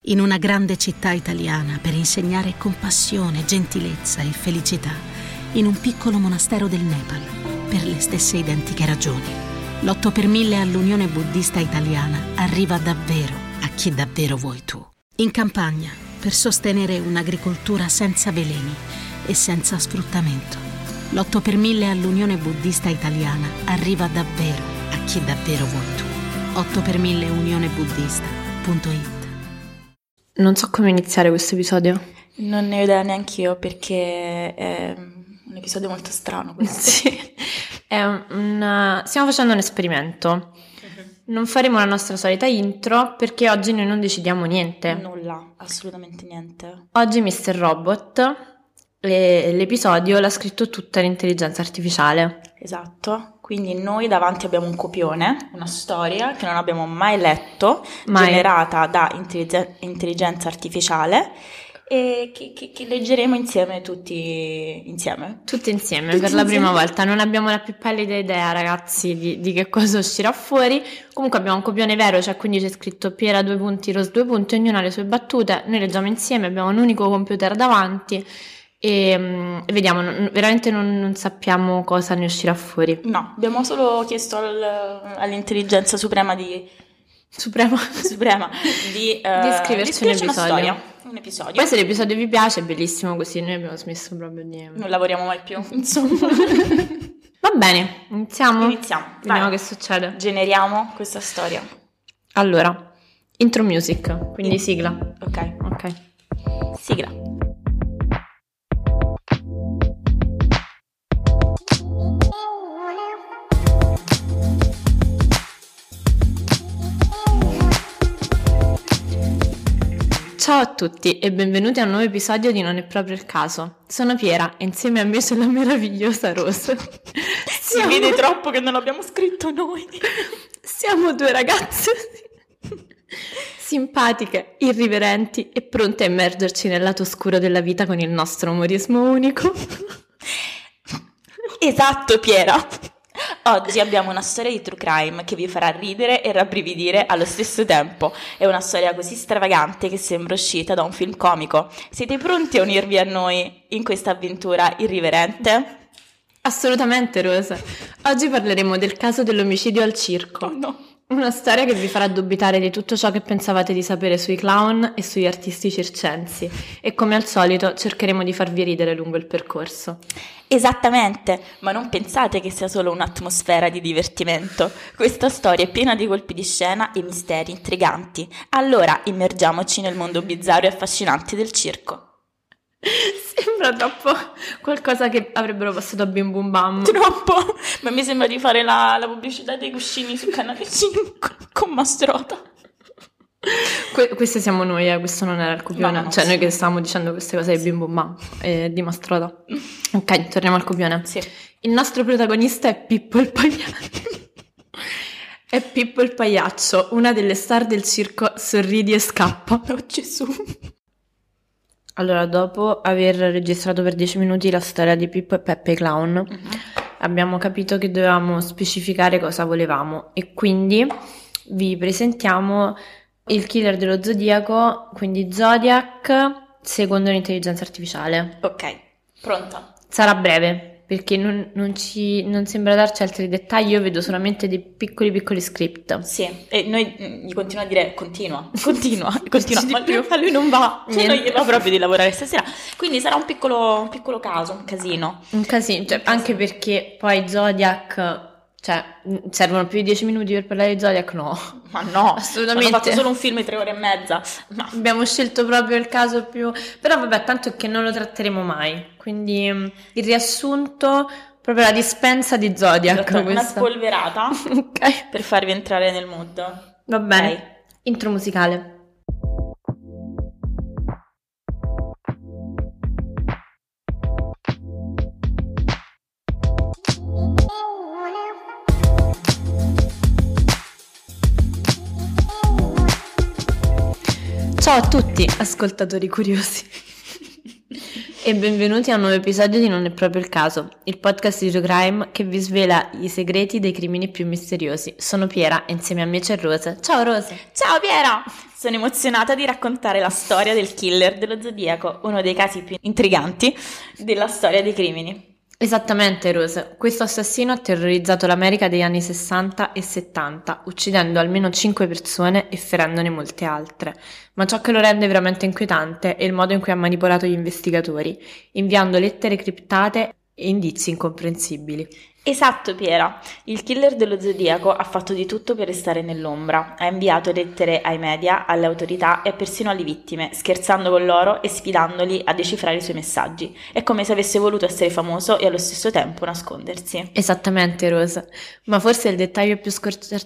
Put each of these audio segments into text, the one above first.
in una grande città italiana per insegnare compassione, gentilezza e felicità, in un piccolo monastero del Nepal, per le stesse identiche ragioni. L'8 per 1000 all'Unione Buddista Italiana arriva davvero a chi davvero vuoi tu. In campagna, per sostenere un'agricoltura senza veleni e senza sfruttamento. L'8 per 1000 all'Unione Buddista Italiana arriva davvero a chi davvero vuoi tu. 8 per 1000 unionebuddista.it. Non so come iniziare questo episodio. Non ne ho idea neanch'io, perché è un episodio molto strano questo. Sì. Stiamo facendo un esperimento. Non faremo la nostra solita intro perché oggi noi non decidiamo niente. Nulla, assolutamente niente. Oggi Mr. Robot, l'episodio l'ha scritto tutta l'intelligenza artificiale. Esatto, quindi noi davanti abbiamo un copione, una storia che non abbiamo mai letto, generata da intelligenza artificiale, e che leggeremo insieme tutti insieme. Tutti insieme per la prima volta. Non abbiamo la più pallida idea, ragazzi, di che cosa uscirà fuori. Comunque abbiamo un copione vero, cioè quindi c'è scritto Piera 2 punti, Rose 2 punti, ognuno ha le sue battute, noi leggiamo insieme, abbiamo un unico computer davanti e vediamo, veramente non sappiamo cosa ne uscirà fuori. No, abbiamo solo chiesto all'intelligenza suprema di scriverci un episodio. Un episodio. Poi se l'episodio vi piace è bellissimo, così noi abbiamo smesso proprio di... Non lavoriamo mai più, insomma. Va bene, iniziamo? Vediamo Vai. che succede. Generiamo questa storia. Allora, intro music, quindi sigla. Ok. Sigla. Ciao a tutti e benvenuti a un nuovo episodio di Non è proprio il caso. Sono Piera e insieme a me c'è la meravigliosa Rose. Si vede troppo che non l'abbiamo scritto noi. Siamo due ragazze simpatiche, irriverenti e pronte a immergerci nel lato oscuro della vita con il nostro umorismo unico. Esatto, Piera. Oggi abbiamo una storia di true crime che vi farà ridere e rabbrividire allo stesso tempo. È una storia così stravagante che sembra uscita da un film comico. Siete pronti a unirvi a noi in questa avventura irriverente? Assolutamente, Rosa. Oggi parleremo del caso dell'omicidio al circo. Oh no. Una storia che vi farà dubitare di tutto ciò che pensavate di sapere sui clown e sugli artisti circensi. E come al solito cercheremo di farvi ridere lungo il percorso. Esattamente, ma non pensate che sia solo un'atmosfera di divertimento. Questa storia è piena di colpi di scena e misteri intriganti. Allora immergiamoci nel mondo bizzarro e affascinante del circo. Sembra troppo qualcosa che avrebbero passato a Bim Bum Bam. Troppo, ma mi sembra di fare la pubblicità dei cuscini su Canale 5 con Mastrota. Queste siamo noi, questo non era il copione. No, noi che stavamo dicendo queste cose di Bim Bum Bam di Mastrota. Ok, torniamo al copione. Sì. Il nostro protagonista è Pippo il Pagliaccio. È Pippo il Pagliaccio, una delle star del circo Sorridi e Scappa. Oh Gesù. Allora, dopo aver registrato per 10 minuti la storia di Pippo e Peppe Clown, abbiamo capito che dovevamo specificare cosa volevamo e quindi vi presentiamo il killer dello Zodiaco, quindi Zodiac, secondo l'intelligenza artificiale. Ok, pronta. Sarà breve, perché non sembra darci altri dettagli, io vedo solamente dei piccoli script. Sì, e noi gli continuiamo a dire continua, ma lui non va, cioè non gli va proprio di lavorare stasera, quindi sarà un piccolo caso, un casino, cioè, anche perché poi Zodiac, cioè servono più di 10 minuti per parlare di Zodiac? No, ma no, assolutamente. Hanno fatto solo un film di 3 ore e mezza, no. Abbiamo scelto proprio il caso più, però vabbè, tanto che non lo tratteremo mai, quindi il riassunto, proprio la dispensa di Zodiac, Esatto, una spolverata ok, per farvi entrare nel mood. Va bene, Ok. Intro musicale. Ciao a tutti, ascoltatori curiosi, e benvenuti a un nuovo episodio di Non è proprio il caso, il podcast di True Crime che vi svela i segreti dei crimini più misteriosi. Sono Piera e insieme a me c'è Rose. Ciao Rose! Ciao Piera! Sono emozionata di raccontare la storia del killer dello Zodiaco, uno dei casi più intriganti della storia dei crimini. Esattamente, Rose. Questo assassino ha terrorizzato l'America degli anni 60 e 70, uccidendo almeno 5 persone e ferendone molte altre. Ma ciò che lo rende veramente inquietante è il modo in cui ha manipolato gli investigatori, inviando lettere criptate e indizi incomprensibili. Esatto, Piera. Il killer dello Zodiaco ha fatto di tutto per restare nell'ombra. Ha inviato lettere ai media, alle autorità e persino alle vittime, scherzando con loro e sfidandoli a decifrare i suoi messaggi. È come se avesse voluto essere famoso e allo stesso tempo nascondersi. Esattamente, Rose. Ma forse il dettaglio più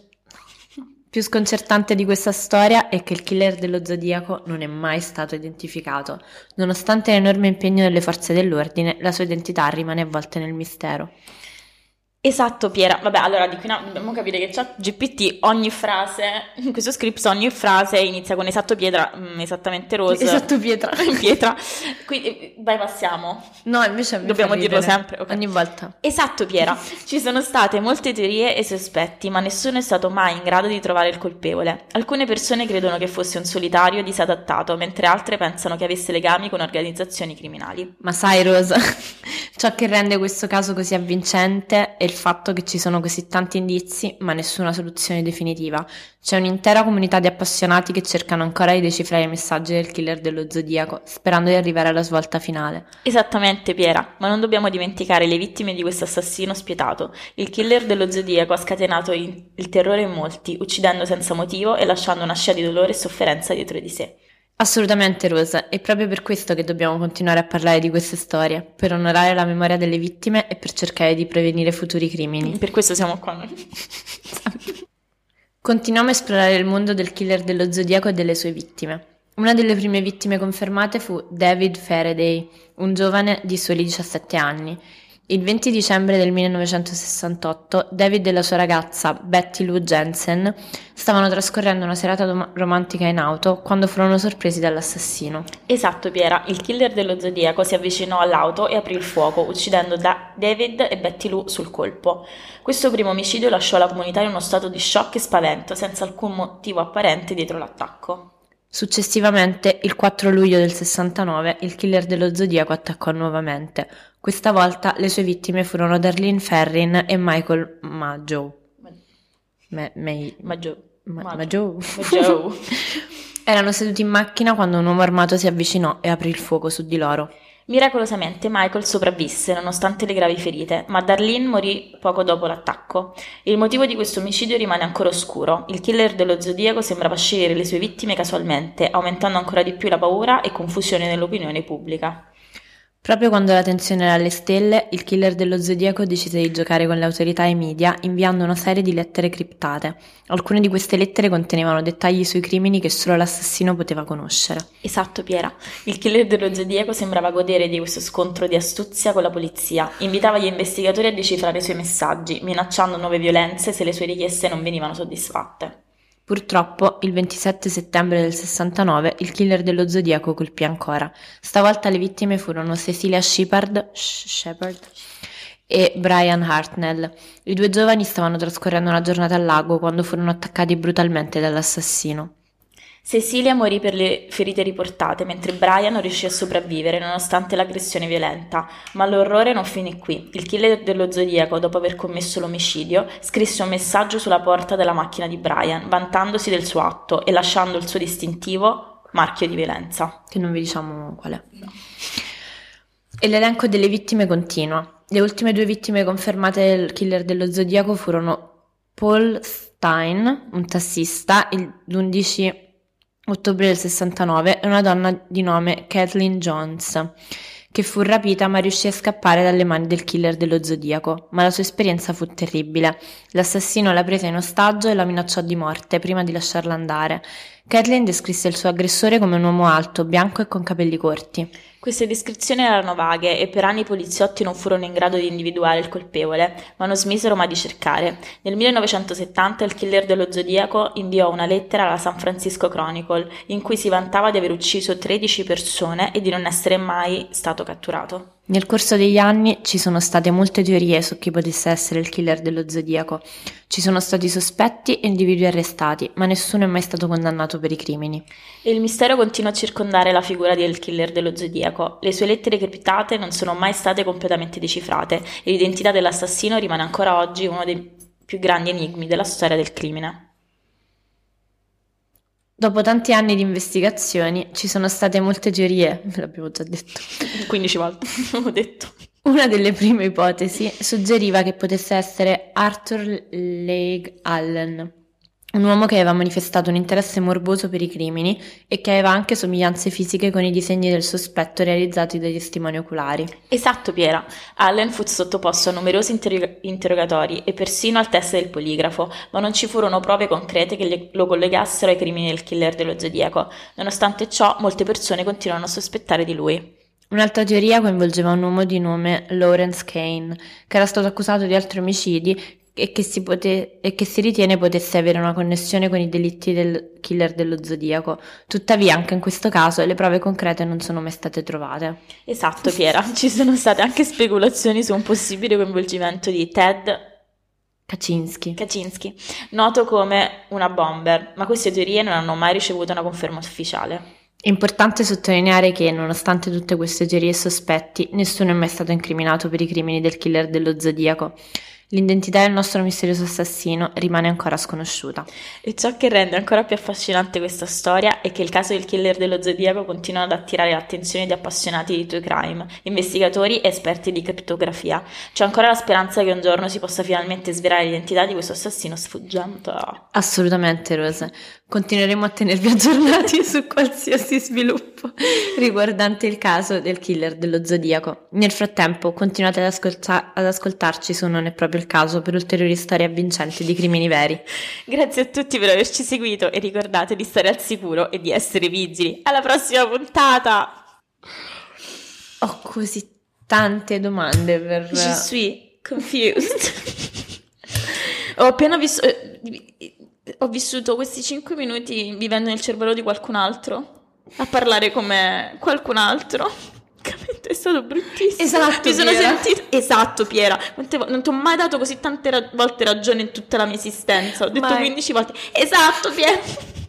sconcertante di questa storia è che il killer dello Zodiaco non è mai stato identificato. Nonostante l'enorme impegno delle forze dell'ordine, la sua identità rimane avvolta nel mistero. Esatto, Piera. Vabbè, allora di qui dobbiamo capire che ChatGPT ogni frase, in questo script ogni frase inizia con esatto Pietra, esattamente Rose. Esatto Pietra. Pietra. Quindi bypassiamo. No, invece dobbiamo dirlo sempre. Okay. Ogni volta. Esatto, Piera. Ci sono state molte teorie e sospetti, ma nessuno è stato mai in grado di trovare il colpevole. Alcune persone credono che fosse un solitario disadattato, mentre altre pensano che avesse legami con organizzazioni criminali. Ma sai, Rose, ciò che rende questo caso così avvincente è il fatto che ci sono così tanti indizi, ma nessuna soluzione definitiva. C'è un'intera comunità di appassionati che cercano ancora di decifrare i messaggi del killer dello Zodiaco, sperando di arrivare alla svolta finale. Esattamente, Piera, ma non dobbiamo dimenticare le vittime di questo assassino spietato. Il killer dello Zodiaco ha scatenato il terrore in molti, uccidendo senza motivo e lasciando una scia di dolore e sofferenza dietro di sé. Assolutamente, Rosa, è proprio per questo che dobbiamo continuare a parlare di queste storie, per onorare la memoria delle vittime e per cercare di prevenire futuri crimini. Per questo siamo qua noi. Continuiamo a esplorare il mondo del killer dello Zodiaco e delle sue vittime. Una delle prime vittime confermate fu David Faraday, un giovane di soli 17 anni. Il 20 dicembre del 1968, David e la sua ragazza, Betty Lou Jensen, stavano trascorrendo una serata romantica in auto quando furono sorpresi dall'assassino. Esatto, Piera. Il killer dello Zodiaco si avvicinò all'auto e aprì il fuoco, uccidendo David e Betty Lou sul colpo. Questo primo omicidio lasciò la comunità in uno stato di shock e spavento, senza alcun motivo apparente dietro l'attacco. Successivamente, il 4 luglio del 69, il killer dello Zodiaco attaccò nuovamente. Questa volta le sue vittime furono Darlene Ferrin e Michael Mageau. Mageau. Erano seduti in macchina quando un uomo armato si avvicinò e aprì il fuoco su di loro. Miracolosamente Michael sopravvisse nonostante le gravi ferite, ma Darlene morì poco dopo l'attacco. Il motivo di questo omicidio rimane ancora oscuro. Il killer dello Zodiaco sembrava scegliere le sue vittime casualmente, aumentando ancora di più la paura e confusione nell'opinione pubblica. Proprio quando la tensione era alle stelle, il killer dello Zodiaco decise di giocare con le autorità e i media inviando una serie di lettere criptate. Alcune di queste lettere contenevano dettagli sui crimini che solo l'assassino poteva conoscere. Esatto, Piera. Il killer dello Zodiaco sembrava godere di questo scontro di astuzia con la polizia. Invitava gli investigatori a decifrare i suoi messaggi, minacciando nuove violenze se le sue richieste non venivano soddisfatte. Purtroppo, il 27 settembre del 69, il killer dello Zodiaco colpì ancora. Stavolta le vittime furono Cecilia Shepard e Brian Hartnell. I due giovani stavano trascorrendo una giornata al lago quando furono attaccati brutalmente dall'assassino. Cecilia morì per le ferite riportate, mentre Brian riuscì a sopravvivere nonostante l'aggressione violenta. Ma l'orrore non finì qui. Il killer dello Zodiaco, dopo aver commesso l'omicidio, scrisse un messaggio sulla porta della macchina di Brian, vantandosi del suo atto e lasciando il suo distintivo marchio di violenza. Che non vi diciamo qual è. No. E l'elenco delle vittime continua. Le ultime due vittime confermate del killer dello Zodiaco furono Paul Stein, un tassista, l'11 ottobre del 69, e una donna di nome Kathleen Jones, che fu rapita ma riuscì a scappare dalle mani del killer dello Zodiaco, ma la sua esperienza fu terribile. L'assassino la prese in ostaggio e la minacciò di morte prima di lasciarla andare. Kathleen descrisse il suo aggressore come un uomo alto, bianco e con capelli corti. Queste descrizioni erano vaghe e per anni i poliziotti non furono in grado di individuare il colpevole, ma non smisero mai di cercare. Nel 1970 il killer dello Zodiaco inviò una lettera alla San Francisco Chronicle in cui si vantava di aver ucciso 13 persone e di non essere mai stato catturato. Nel corso degli anni ci sono state molte teorie su chi potesse essere il killer dello Zodiaco. Ci sono stati sospetti e individui arrestati, ma nessuno è mai stato condannato per i crimini. E il mistero continua a circondare la figura del killer dello Zodiaco. Le sue lettere criptate non sono mai state completamente decifrate e l'identità dell'assassino rimane ancora oggi uno dei più grandi enigmi della storia del crimine. Dopo tanti anni di investigazioni ci sono state molte teorie, ve l'abbiamo già detto. 15 volte, ho detto. Una delle prime ipotesi suggeriva che potesse essere Arthur Leigh Allen, un uomo che aveva manifestato un interesse morboso per i crimini e che aveva anche somiglianze fisiche con i disegni del sospetto realizzati dai testimoni oculari. Esatto, Piera. Allen fu sottoposto a numerosi interrogatori e persino al test del poligrafo, ma non ci furono prove concrete che lo collegassero ai crimini del killer dello Zodiaco. Nonostante ciò, molte persone continuano a sospettare di lui. Un'altra teoria coinvolgeva un uomo di nome Lawrence Kane, che era stato accusato di altri omicidi e che si ritiene potesse avere una connessione con i delitti del killer dello Zodiaco. Tuttavia, anche in questo caso, le prove concrete non sono mai state trovate. Esatto, Piera. Ci sono state anche speculazioni su un possibile coinvolgimento di Ted Kaczynski, noto come una bomber, ma queste teorie non hanno mai ricevuto una conferma ufficiale. È importante sottolineare che, nonostante tutte queste teorie e sospetti, nessuno è mai stato incriminato per i crimini del killer dello Zodiaco. L'identità del nostro misterioso assassino rimane ancora sconosciuta. E ciò che rende ancora più affascinante questa storia è che il caso del killer dello Zodiaco continua ad attirare l'attenzione di appassionati di true crime, investigatori e esperti di criptografia. C'è ancora la speranza che un giorno si possa finalmente svelare l'identità di questo assassino sfuggente. Assolutamente, Rose. Continueremo a tenervi aggiornati su qualsiasi sviluppo riguardante il caso del killer dello Zodiaco. Nel frattempo, continuate ad ascoltarci su Non è proprio il caso per ulteriori storie avvincenti di crimini veri. Grazie a tutti per averci seguito e ricordate di stare al sicuro e di essere vigili. Alla prossima puntata! Ho così tante domande per... Je suis confused. Ho appena visto... Ho vissuto questi 5 minuti vivendo nel cervello di qualcun altro, a parlare come qualcun altro. Capito? È stato bruttissimo. Esatto, mi sono Piera. sentita... Esatto, Piera. Non ti ho mai dato così tante volte ragione in tutta la mia esistenza. Ho detto Mai. 15 volte. Esatto, Piera.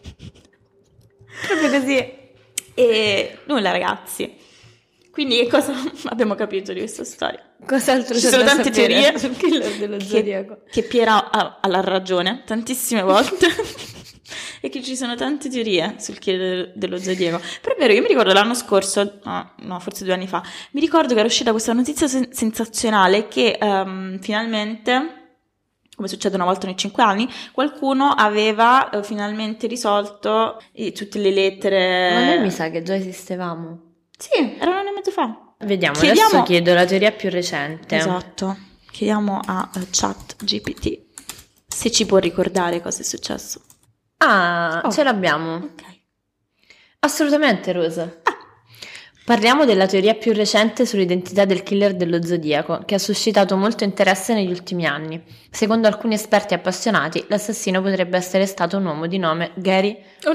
Proprio così. E nulla, ragazzi. Quindi che cosa abbiamo capito di questa storia? Cos'altro Ci c'è sono da tante sapere teorie sul killer dello Zodiaco? che Piera ha la ragione tantissime volte e che ci sono tante teorie sul killer dello Zodiaco. Però è vero, io mi ricordo l'anno scorso, no, forse 2 anni fa, mi ricordo che era uscita questa notizia sensazionale che finalmente, come succede una volta ogni 5 anni, qualcuno aveva finalmente risolto tutte le lettere. Ma noi mi sa che già esistevamo. Sì, era un anno e mezzo fa. Vediamo, adesso chiedo la teoria più recente. Esatto, chiediamo a ChatGPT se ci può ricordare cosa è successo. Ce l'abbiamo. Ok. Assolutamente, Rosa. Parliamo della teoria più recente sull'identità del killer dello Zodiaco, che ha suscitato molto interesse negli ultimi anni. Secondo alcuni esperti appassionati, l'assassino potrebbe essere stato un uomo di nome Gary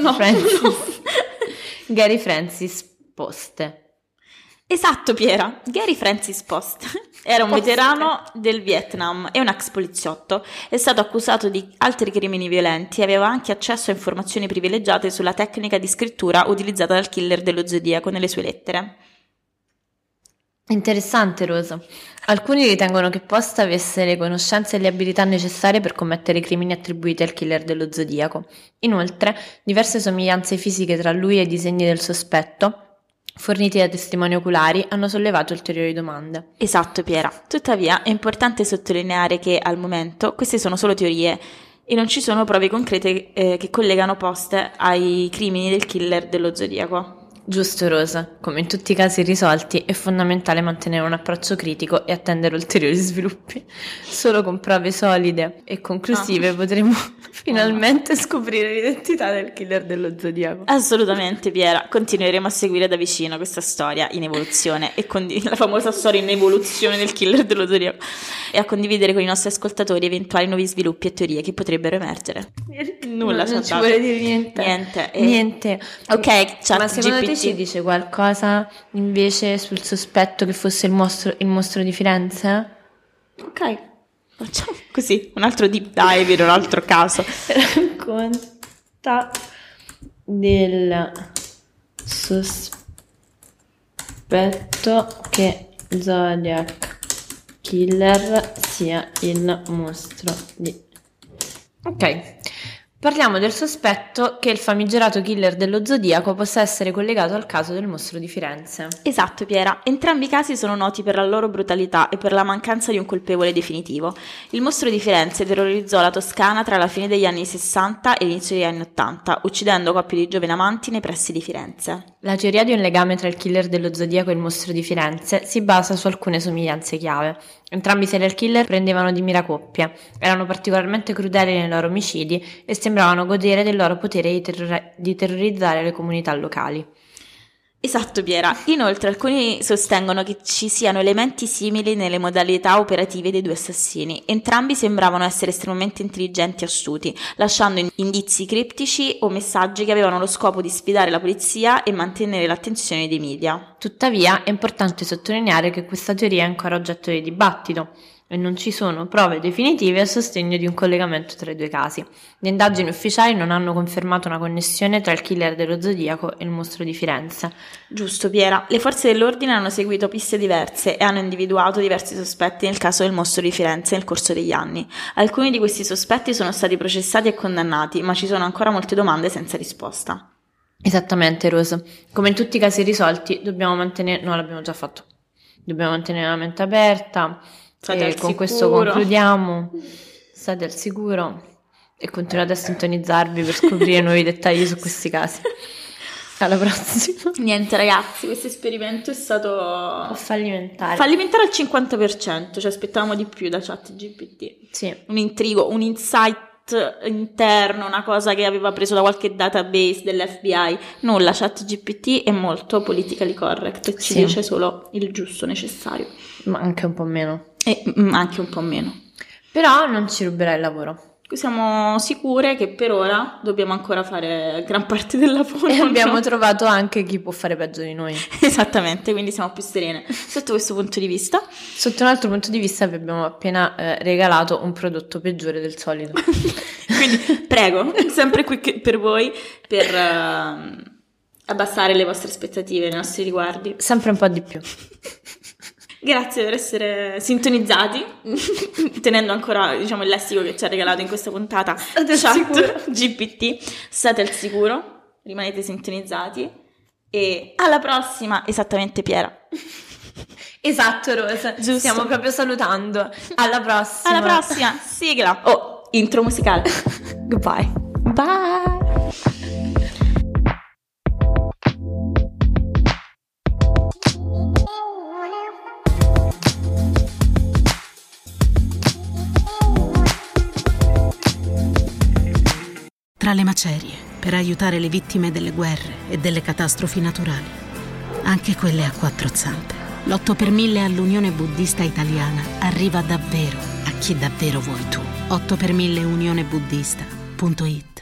Francis Poste. Esatto, Piera. Gary Francis Poste era un veterano del Vietnam e un ex poliziotto. È stato accusato di altri crimini violenti e aveva anche accesso a informazioni privilegiate sulla tecnica di scrittura utilizzata dal killer dello Zodiaco nelle sue lettere. Interessante, Rosa. Alcuni ritengono che Poste avesse le conoscenze e le abilità necessarie per commettere i crimini attribuiti al killer dello Zodiaco. Inoltre, diverse somiglianze fisiche tra lui e i disegni del sospetto, forniti da testimoni oculari, hanno sollevato ulteriori domande. Esatto, Piera. Tuttavia, è importante sottolineare che al momento queste sono solo teorie e non ci sono prove concrete che collegano Poste ai crimini del killer dello Zodiaco. Giusto, Rosa. Come in tutti i casi irrisolti, è fondamentale mantenere un approccio critico e attendere ulteriori sviluppi. Solo con prove solide e conclusive potremo finalmente scoprire l'identità del killer dello Zodiaco. Assolutamente, Piera. Continueremo a seguire da vicino questa storia in evoluzione e la famosa storia in evoluzione del killer dello Zodiaco e a condividere con i nostri ascoltatori eventuali nuovi sviluppi e teorie che potrebbero emergere. Nulla, non ci vuole dire niente. Niente. Ok, Ma secondo te ci dice qualcosa invece sul sospetto che fosse il mostro di Firenze? Ok, facciamo così, un altro deep dive in un altro caso. Racconta del sospetto che Zodiac Killer sia il mostro di... Ok, parliamo del sospetto che il famigerato killer dello Zodiaco possa essere collegato al caso del mostro di Firenze. Esatto, Piera. Entrambi i casi sono noti per la loro brutalità e per la mancanza di un colpevole definitivo. Il mostro di Firenze terrorizzò la Toscana tra la fine degli anni 60 e l'inizio degli anni 80, uccidendo coppie di giovani amanti nei pressi di Firenze. La teoria di un legame tra il killer dello Zodiaco e il mostro di Firenze si basa su alcune somiglianze chiave. Entrambi i serial killer prendevano di mira coppie, erano particolarmente crudeli nei loro omicidi e sembravano godere del loro potere di terrorizzare le comunità locali. Esatto, Piera. Inoltre alcuni sostengono che ci siano elementi simili nelle modalità operative dei due assassini. Entrambi sembravano essere estremamente intelligenti e astuti, lasciando indizi criptici o messaggi che avevano lo scopo di sfidare la polizia e mantenere l'attenzione dei media. Tuttavia, è importante sottolineare che questa teoria è ancora oggetto di dibattito e non ci sono prove definitive a sostegno di un collegamento tra i due casi. Le indagini ufficiali non hanno confermato una connessione tra il killer dello Zodiaco e il mostro di Firenze. Giusto, Piera. Le forze dell'ordine hanno seguito piste diverse e hanno individuato diversi sospetti nel caso del mostro di Firenze nel corso degli anni. Alcuni di questi sospetti sono stati processati e condannati, ma ci sono ancora molte domande senza risposta. Esattamente, Rose. Come in tutti i casi risolti, dobbiamo mantenere... No, l'abbiamo già fatto. Dobbiamo mantenere la mente aperta. E con questo concludiamo. State al sicuro e continuate a sintonizzarvi per scoprire nuovi dettagli su questi casi. Alla prossima. Niente ragazzi, questo esperimento è stato fallimentare al 50%, cioè aspettavamo di più da ChatGPT. Sì. Un intrigo, un insight interno, una cosa che aveva preso da qualche database dell'FBI. Nulla, ChatGPT è molto politically correct e ci dice solo il giusto necessario. Ma anche un po' meno. E anche un po' meno. Però non ci ruberà il lavoro. Siamo sicure che per ora dobbiamo ancora fare gran parte del lavoro. E abbiamo trovato anche chi può fare peggio di noi. Esattamente, quindi siamo più serene sotto questo punto di vista. Sotto un altro punto di vista vi abbiamo appena regalato un prodotto peggiore del solito. Quindi prego, sempre qui per voi, per abbassare le vostre aspettative nei nostri riguardi. Sempre un po' di più. Grazie per essere sintonizzati, tenendo ancora, diciamo, il lessico che ci ha regalato in questa puntata. GPT. State al sicuro, rimanete sintonizzati e alla prossima, esattamente Piera. Esatto, Rosa. Giusto. Stiamo proprio salutando. Alla prossima. Alla prossima, sigla. Oh, intro musicale. Goodbye. Bye. Tra le macerie, per aiutare le vittime delle guerre e delle catastrofi naturali, anche quelle a quattro zampe, l'8 per 1000 all'Unione Buddista Italiana arriva davvero a chi davvero vuoi tu. 8 per 1000 unionebuddista.it